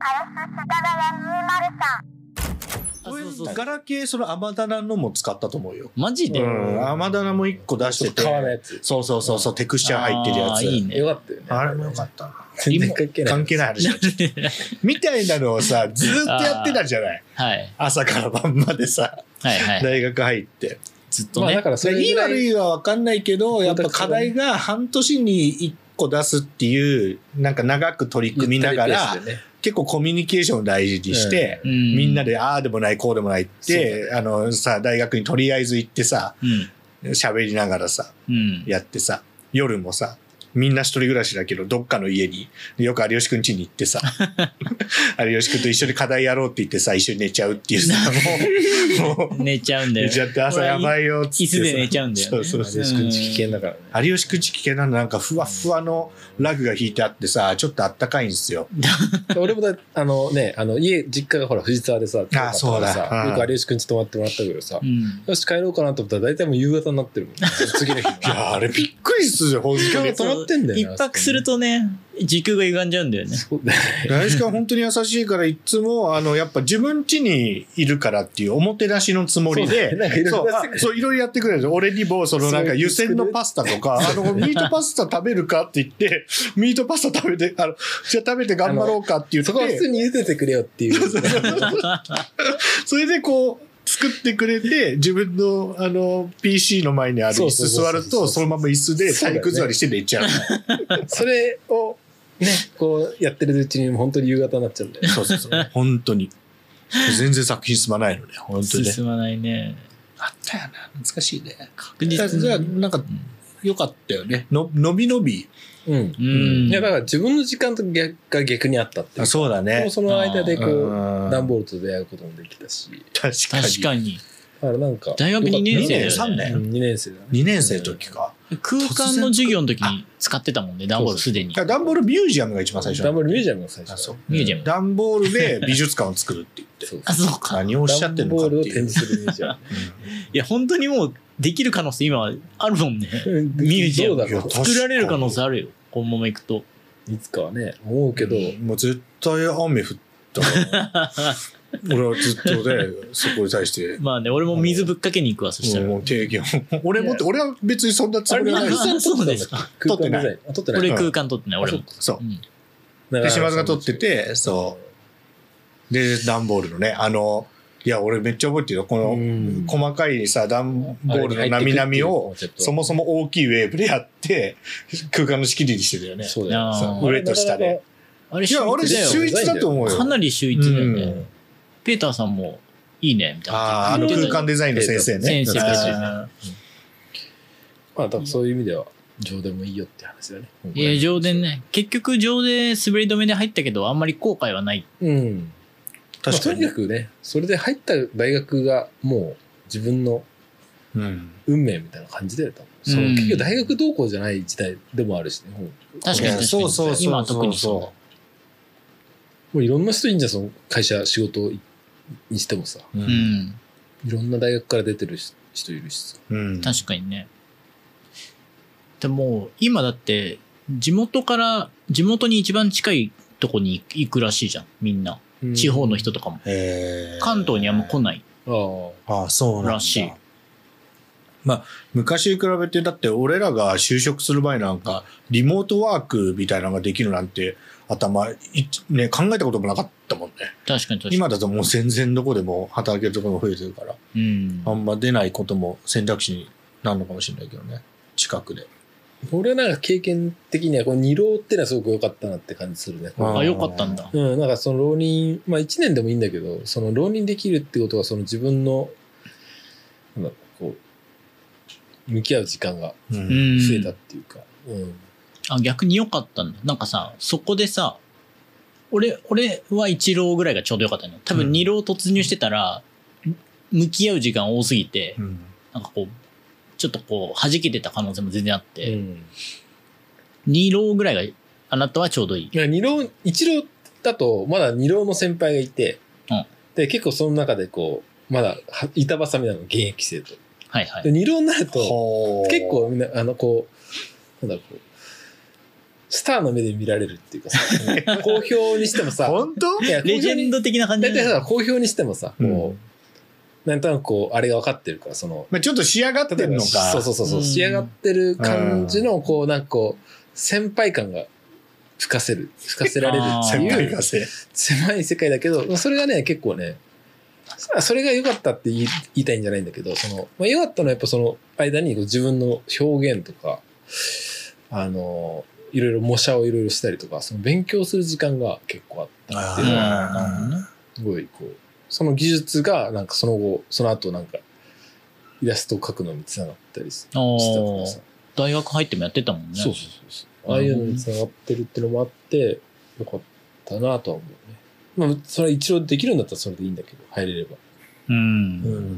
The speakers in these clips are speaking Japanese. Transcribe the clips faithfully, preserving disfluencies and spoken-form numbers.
そうそうそうガラケーその甘棚のも使ったと思うよ。 マジで、 うん、甘棚も一個出してて革のやつ。 そうそうそうそうテクスチャー入ってるやつ。 いいね。 よかったよね。 あれもよかったな。 全然関係ない関係ない話みたいなのをさずーっとやってたじゃない。 はい朝から晩までさ、 はいはい、 大学入ってずっとね、 まあ、だからそれいい悪いは分かんないけどやっぱ課題が半年にいっこ出すっていうなんか長く取り組みながら、ね、結構コミュニケーションを大事にして、うん、みんなでああでもないこうでもないって、あのさ大学にとりあえず行ってさ喋、うん、りながらさ、うん、やってさ夜もさみんな一人暮らしだけどどっかの家によく有吉くん家に行ってさ有吉くんと一緒に課題やろうって言ってさ一緒に寝ちゃうっていうさもうもう寝ちゃうんだよ。 寝ちゃって朝やばいよっつって椅子で寝ちゃうんだよ、ね、 そうそうそう有吉くん家危険だからね。 有吉くん家危険なのなんかふわふわのラグが引いてあってさちょっとあったかいんですよ俺もだあのねあの家実家がほら藤沢でさあそうださよく有吉くん家泊まってもらったけどさ、うん、よし帰ろうかなと思ったら大体もう夕方になってるもん、ね、次の日いやあれびっくりするよ本当に泊まってんだよね。一泊するとね時空が歪んじゃうんだよね。 そうだね。 有吉くんは本当に優しいからいつもあのやっぱ自分家にいるからっていうおもてなしのつもりでそういろいろやってくれるんですよ。俺にもそのなんか湯煎のパスタとかあのミートパスタ食べるかって言ってミートパスタ食べてあのじゃあ食べて頑張ろうかって言ってそこは普通に茹でてくれよっていうそれでこう作ってくれて自分のあの ピーシー の前にある椅子座るとそのまま椅子で体育座りして寝ちゃう。 それをねこうやってるうちに本当に夕方になっちゃうんだよね。 そうそうそう本当に全然作品進まないのね本当にね。 進まないね。 あったよな懐かしいね。 確実に。 じゃあなんか良かったよね。ののびのび。 うん。うん。いやだから自分の時間と逆が逆にあったっていう。 あそうだね。 その間でこう段ボールと出会うこともできたし。 確かに。 確かに。 だからなんか大学にねん生だよね。 さんねん。 にねん生だね。 にねん生の時か。 空間の授業の時に使ってたもんね段ボールすでに。 段ボールミュージアムが一番最初。 段ボールミュージアムが最初。 そう。ミュージアム。 段ボールで美術館を作るって言って。 あそうか。 何をおっしゃってんのかっていう。 段ボールを展示するミュージアム。 いや本当にもうできる可能性今あるもんね。ミュージアム作られる可能性あるよ。このままいくと。 いつかはね思うけど、 うん、もう絶対雨降ったら俺はずっとねそこに対してまあね俺も水ぶっかけに行くわそしたらもう提言俺もって俺は別にそんなつもりはないです。 あそうですか。 撮ってない撮ってない。 俺空間撮ってない俺もそう、うん、で島津が撮っててそうで段ボールのねあのいや俺めっちゃ覚えてるよこの細かいさ段ボールのなみなみをそもそも大きいウェーブでやって空間の仕切りにしてたよね。 そうだよ。 上と下であれいや俺週一だと思うよ。 かなり週一だよね、うん、ペーターさんもいいねみたいな。 あああの空間デザインの先生ね。 先生らしいね。まあだからそういう意味では上でもいいよって話だね。 いや上でね結局上で滑り止めで入ったけどあんまり後悔はない。 うん確かに、まあ、とにかくねそれで入った大学がもう自分の運命みたいな感じで、うん、その結局大学同校じゃない時代でもあるしね、うん、 確かに確かにそうそうそう今は特にそうもういろんな人いいんじゃんその会社仕事にしてもさ、うん、いろんな大学から出てる人いるしさ、 うん、確かにね。でも今だって地元から地元に一番近いとこに行くらしいじゃんみんな。地方の人とかも関東にあんま来ないああそうなんだらしい。まあ昔に比べてだって俺らが就職する前なんかリモートワークみたいなのができるなんて頭ね考えたこともなかったもんね。 確かに確かに。 今だともう全然どこでも働けるところも増えてるから、うん、あんま出ないことも選択肢になるのかもしれないけどね近くで。 俺なんか経験的にはこの二浪ってのはすごく良かったなって感じするね。 あ、良かったんだ。 うん、なんかその浪人、まあ一年でもいいんだけど、その浪人できるってことはその自分の、なんだこう、向き合う時間が増えたっていうか。うん。 あ、逆に良かったんだ。なんかさ、そこでさ、俺、俺は一浪ぐらいがちょうど良かったの。多分二浪突入してたら、うん、向き合う時間多すぎて、うん、なんかこう、ちょっとこう弾けてた可能性も全然あって、うん、に浪ぐらいがあなたはちょうどいい。 いやに浪いち浪だとまだに浪の先輩がいて、うん、で結構その中でこうまだ板挟みなの現役生と、 はいはい、 でに浪になると結構みんなあのこうなんだろうこうスターの目で見られるっていうかさ、公表にしてもさ、 本当？ いやレジェンド的な感じ大体さ、公表にしてもさ、こう、 うんなんとなくこう、あれが分かってるから、その、 まあちょっと仕上がってるのか。 そうそうそうそう、 うん仕上がってる感じの、こう、なんかこう、先輩感が吹かせる、吹かせられるって先輩いうがせ。 狭い世界だけど、それがね、結構ね、それが良かったって言い言いたいんじゃないんだけど、その、まあ、良かったのはやっぱその間にこう自分の表現とか、あの、いろいろ模写をいろいろしたりとか、その勉強する時間が結構あったっていうのは、 なるほどね。 すごいこう、その技術がなんかその後、その後なんか、イラストを描くのにつながったりしてたからさ。 大学入ってもやってたもんね。 そうそうそうそう。ああいうのにつながってるっていうのもあって、よかったなとは思うね。まあ、それは一応できるんだったらそれでいいんだけど、入れれば。 うん。 うん。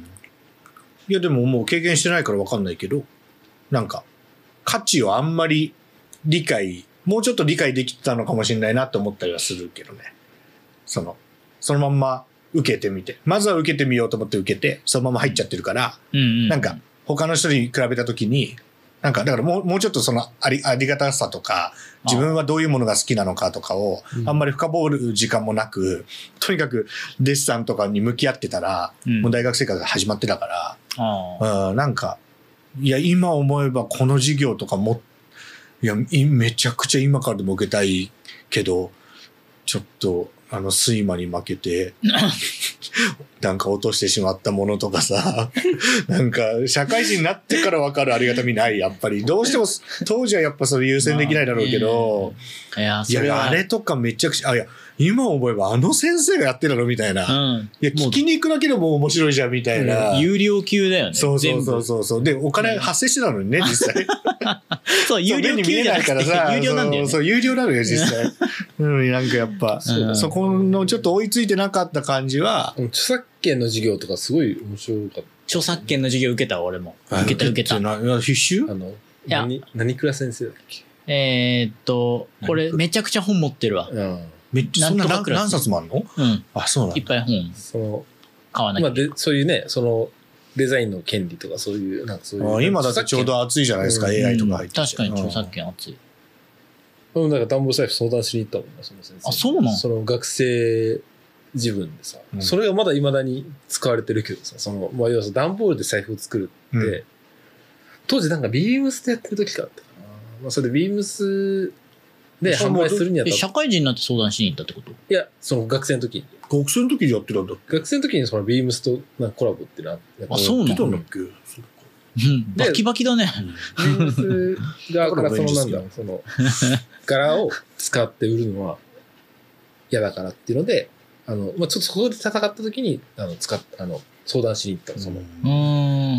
いやでももう経験してないから分かんないけど、なんか価値をあんまり理解、もうちょっと理解できたのかもしれないなと思ったりはするけどね。その、そのまんま受けてみて。まずは受けてみようと思って受けて、そのまま入っちゃってるから、 うんうん、 なんか他の人に比べたときに、なんかだからもうもうちょっとそのありありがたさとか、自分はどういうものが好きなのかとかをあんまり深掘る時間もなく、とにかくデッサンとかに向き合ってたら、うん、もう大学生活が始まってたから、あうん、なんかいや今思えばこの授業とかもいやめちゃくちゃ今からでも受けたいけど、ちょっとあの睡魔に負けてなんか落としてしまったものとかさなんか社会人になってから分かるありがたみない。やっぱりどうしても当時はやっぱそれ優先できないだろうけど、まあ、いやそれいやあれとかめちゃくちゃあいや今思えばあの先生がやってたのみたいな、うん、いや聞きに行くだけでも面白いじゃんみたいな、 うん、有料級だよね。 そうそうそうそうそうでお金発生してたのにね実際そう有料級じゃなくて有料なんだよね。 そうそう有料なのよ実際うんなんかやっぱ、うん、そこのちょっと追いついてなかった感じは、 著作権の授業とかすごい面白かった。 著作権の授業受けた俺も受けた受けた。 必修？ あの何何倉先生だっけ？ えー、っとこれめちゃくちゃ本持ってるわ。うん、 めっちゃそんな 何, 何冊もあるの？ うん。 あそうなんだ。 いっぱい本。 その買わなきゃ、 まあ、でそういうねそのデザインの権利とかそういうなんかそういうあ今だってちょうど熱いじゃないですか、うん、エーアイ とか入って、 確かに著作権熱い。 うん、だからダンボール財布相談しに行ったもんなその先生。 あそうなん？ その学生自分でさ、うん、それがまだ未だに使われてるけどさ、そのまあ要はダンボールで財布を作るって、うん、当時なんかビームスでやってる時かあったかな。まあそれでビームスで販売するにあたって社会人になって相談しに行ったってこと？ いやその学生の時に。 学生の時にやってたんだっけ？ 学生の時にそのビームスとなんかコラボってなってあそうなんだっけ？ うん、バキバキだね。 ビームス側からそのなんだその柄を使って売るのは嫌だからっていうので、あのまあちょっとそこで戦った時にあの使っあの相談しに行ったのその。うん。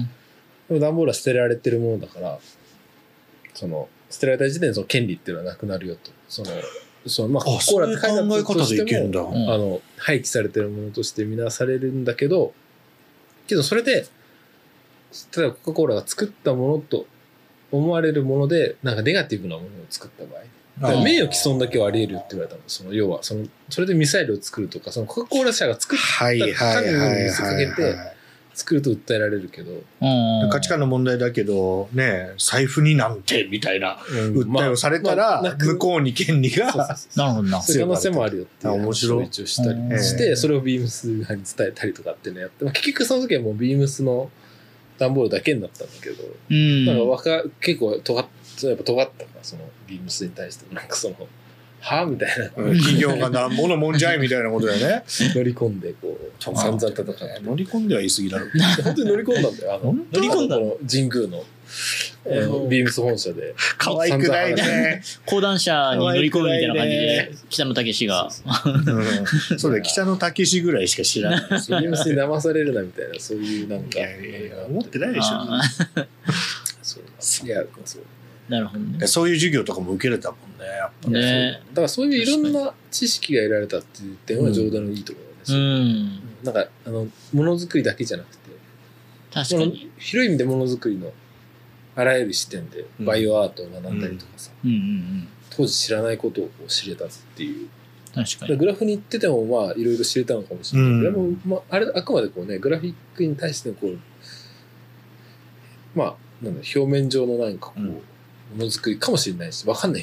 でも段ボールは捨てられてるものだから、その捨てられた時点でその権利っていうのはなくなるよと。そのそのまあコーラって書いてあったとしても、うん、あの廃棄されてるものとして見なされるんだけど、けどそれで。例えばコカ・コーラが作ったものと思われるものでなんかネガティブなものを作った場合、だから名誉毀損だけはあり得るって言われたの。その要はそのそれでミサイルを作るとかそのコカ・コーラ社が作った種に見せかけて作ると訴えられるけど、 価値観の問題だけどね財布になんてみたいな訴えをされたら向こうに権利がなるほどなそういう可能性もあるよっていう話を一応したりしてそれをビームスに伝えたりとかっていうのをやって、結局その時はもうビームスの段ボールだけになったんだけど、うん、なんか若結構尖っやっぱ尖ったからそのビームスに対してなんかそのはみたいな、 うん、企業がなんぼのもんじゃいみたいなことだよね。 乗り込んでこう散々戦って乗り込んでは言い過ぎだろ。 本当に乗り込んだんだよ。あの乗り込んだの神宮の。ビームス本社で可愛くないね。 講談社に乗り込むみたいな感じで北野武がそうだよ北野武ぐらいしか知らない。ビームスに騙されるなみたいなそういうなんか思ってないでしょ。 そういやそうなるほどね。 そういう授業とかも受けれたもんね。やっぱね。 だからそういういろんな知識が得られたっていう点は上田のいいところです。うん。なんかあのものづくりだけじゃなくて、 確かに広い意味でものづくりのあらゆる視点でバイオアートを学んだりとかさ、うんうんうんうん、当時知らないことをこう知れたっていう。 確かに。 グラフに行っててもまあいろいろ知れたのかもしれない。うん、でもまああれあくまでこうねグラフィックに対してのこうまあなんだ表面上のなんかこう、うん、ものづくりかもしれないし分かんないけどね。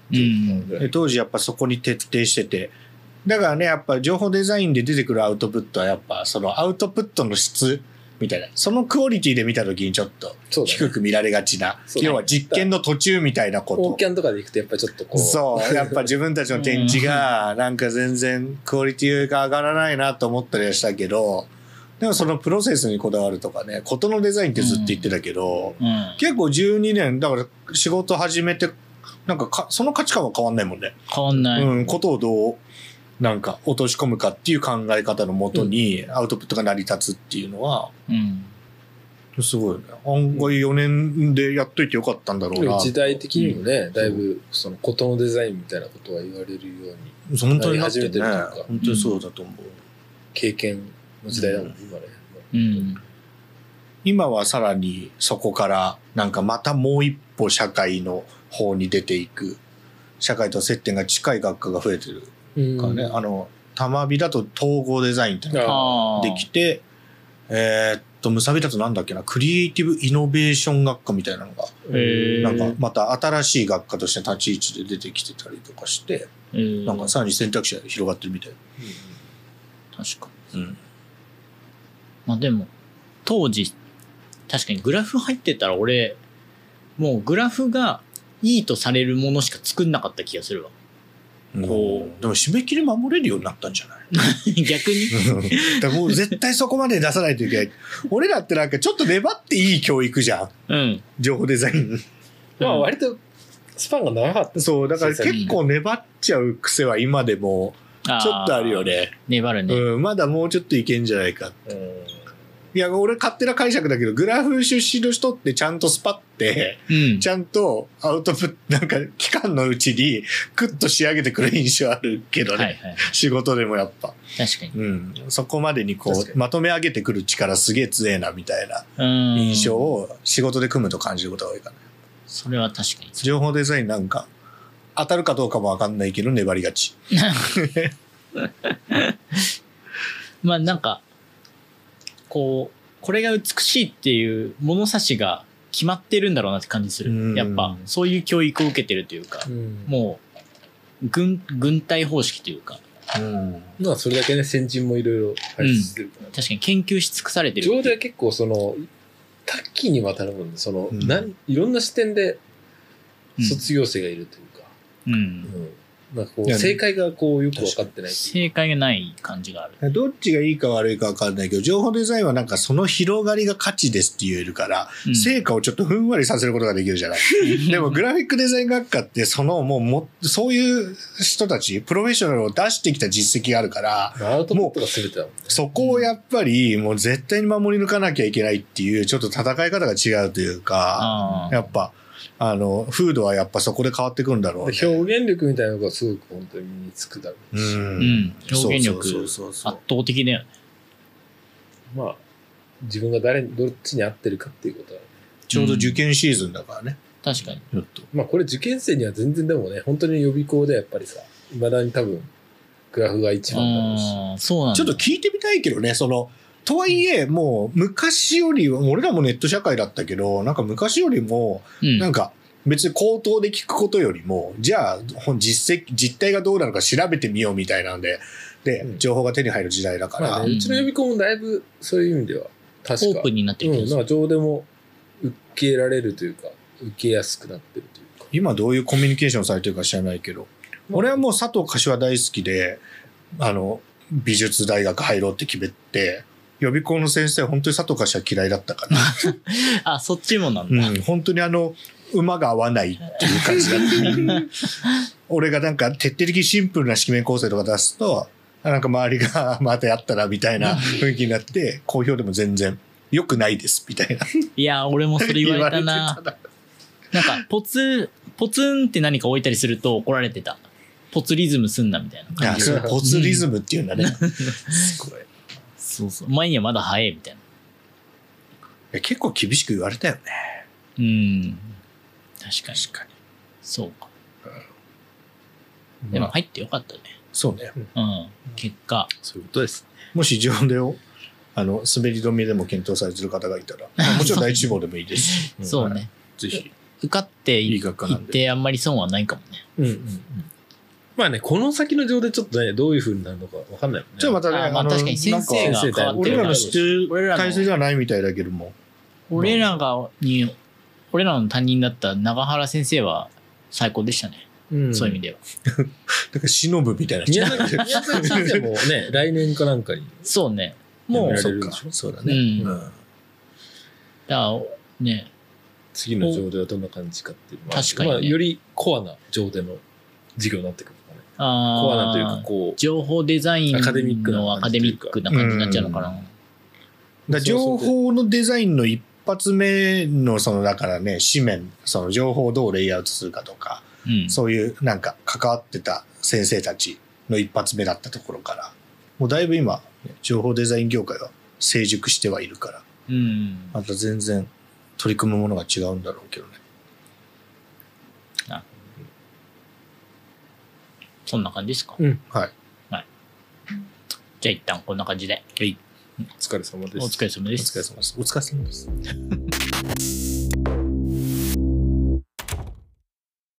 ていうか、うん、で当時やっぱそこに徹底してて、だからねやっぱ情報デザインで出てくるアウトプットはやっぱそのアウトプットの質みたいな、そのクオリティで見たときにちょっと低く見られがちな、ね、要は実験の途中みたいなこと。 オーキャンとかでいくとやっぱちょっとこう。 そう、やっぱ自分たちの展示がなんか全然クオリティが上がらないなと思ったりはしたけど、でもそのプロセスにこだわるとかね、ことのデザインってずっと言ってたけど、うんうん、結構じゅうにねん、だから仕事始めて、なんかかその価値観は変わんないもんね。 変わんない。 うん、ことをどう、なんか落とし込むかっていう考え方のもとにアウトプットが成り立つっていうのは、うん、すごいね。案外よねんでやっといてよかったんだろうな。 時代的にもね、うん、だいぶそのことのデザインみたいなことは言われるように本当に始めてるというか、本当にそうだと思う。 経験の時代だもん、うん、今ね、 うん。今はさらにそこからなんかまたもう一歩社会の方に出ていく、社会と接点が近い学科が増えてる。かね、あの玉美だと統合デザインっていうのができて、えー、っとむさびだとなんだっけな、クリエイティブイノベーション学科みたいなのがなんかまた新しい学科として立ち位置で出てきてたりとかして、なんかさらに選択肢が広がってるみたいな、 うん、確かに、うん、まあでも当時確かにグラフ入ってたら俺もうグラフがいいとされるものしか作んなかった気がするわ。 こうでも締め切り守れるようになったんじゃない逆にだからもう絶対そこまで出さないといけない。俺らってなんかちょっと粘っていい教育じゃん、うん、情報デザインまあ割とスパンが長かった。 そうだから結構粘っちゃう癖は今でもちょっとあるよね。 粘るね、 うん、まだもうちょっといけんじゃないかって、うん、いや俺勝手な解釈だけどグラフ出身の人ってちゃんとスパって、うん、ちゃんとアウトプットなんか期間のうちにクッと仕上げてくる印象あるけどね、はいはい、仕事でもやっぱ確かに、 うん、そこまでにこうまとめ上げてくる力すげえ強えなみたいな印象を仕事で組むと感じることが多いかな。 それは確かに情報デザインなんか当たるかどうかも分かんないけど粘りがちまあなんかこうこれが美しいっていう物差しが決まってるんだろうなって感じする。やっぱそういう教育を受けてるというか、うん、もう軍軍隊方式というか、 うん、まあそれだけね先人もいろいろ輩出してるから、 うん、確かに研究し尽くされてる。 上では結構その多岐にわたるもんで、その、うん、なんいろんな視点で卒業生がいるというか、うん、うんなんかこう正解がこうよく分かってない。 正解がない感じがある。 どっちがいいか悪いか分かんないけど、情報デザインはなんかその広がりが価値ですって言えるから、うん、成果をちょっとふんわりさせることができるじゃない。でもグラフィックデザイン学科ってそのもうもそういう人たちプロフェッショナルを出してきた実績があるから、もうそこをやっぱりもう絶対に守り抜かなきゃいけないっていうちょっと戦い方が違うというか、やっぱ。あの風土はやっぱそこで変わってくるんだろうね。 表現力みたいなのがすごく本当に身につくだろうし、うんうん、表現力圧倒的だよね。 まあ自分が誰どっちに合ってるかっていうことは、ね、 ちょうど受験シーズンだからね、 うん、確かにちょっとまあこれ受験生には全然でもね本当に予備校でやっぱりさ未だに多分グラフが一番だろうし、 あそうなんだ。 ちょっと聞いてみたいけどね、そのとはいえもう昔より俺らもネット社会だったけどなんか昔よりもなんか別に口頭で聞くことよりもじゃあ実績実態がどうなのか調べてみようみたいなんでで、うん、情報が手に入る時代だから、 まあね、うちの予備校もだいぶそういう意味では確かオープンになってるけど、うん、 なんか情でも受けられるというか受けやすくなってるというか今どういうコミュニケーションされてるか知らないけど、まあ、俺はもう佐藤柏大好きであの美術大学入ろうって決めて予備校の先生は本当に佐藤柏嫌いだったからあそっちもなんだ、 うん、本当にあの馬が合わないっていう感じだった俺がなんか徹底的にシンプルな式面構成とか出すとなんか周りがまたやったなみたいな雰囲気になって好評でも全然良くないですみたいな。 いや俺もそれ言われたななんかポツポツンって何か置いたりすると怒られてた。ポツリズムすんなみたいな感じ。 いやポツリズムっていうんだねすごい。 そうそう、前にはまだ早いみたいな。結構厳しく言われたよね。 うん、確かに。 確かに。 そうか。うん、でも入ってよかったね。 そうね。 うん。結果。 そういうことです。 もし上でをあの滑り止めでも検討されてる方がいたら、もちろん第一志望でもいいですし。 そうね。 ぜひ。 受かっていいい学科なんで行ってあんまり損はないかもね。 うんうんうん。まあね、この先の情でちょっとね、どういう風になるのか分かんないもんね。 じゃあまたね、 あまあの確かに先生がなんか変わって俺らの知ってる俺らの体制ではないみたいだけども。 俺らがに、俺らの担任だった長原先生は最高でしたね。 うん、 そういう意味では。 なんか忍ぶみたいな。 宮崎宮崎先生もね、来年かなんかに。 そうね。 もう、 そうか。そうだね。 うん。 うん、 だからね。 次の情ではどんな感じかっていう。 確かに、ね。 まあ、よりコアな情での授業になってくるかね。 あコアなというか、こう。 情報デザインのアカデミックなアカデミックな感じになっちゃうのかな。 うん、だ情報のデザインの一発目のそのだからね紙面その情報をどうレイアウトするかとか、うん、そういうなんか関わってた先生たちの一発目だったところからもうだいぶ今情報デザイン業界は成熟してはいるから、うん、また全然取り組むものが違うんだろうけどね。 あ、そんな感じですか。 うん、はい、 はい。じゃあ一旦こんな感じで。 はい。 お疲れ様です。 お疲れ様です。 お疲れ様です。お疲れ様です。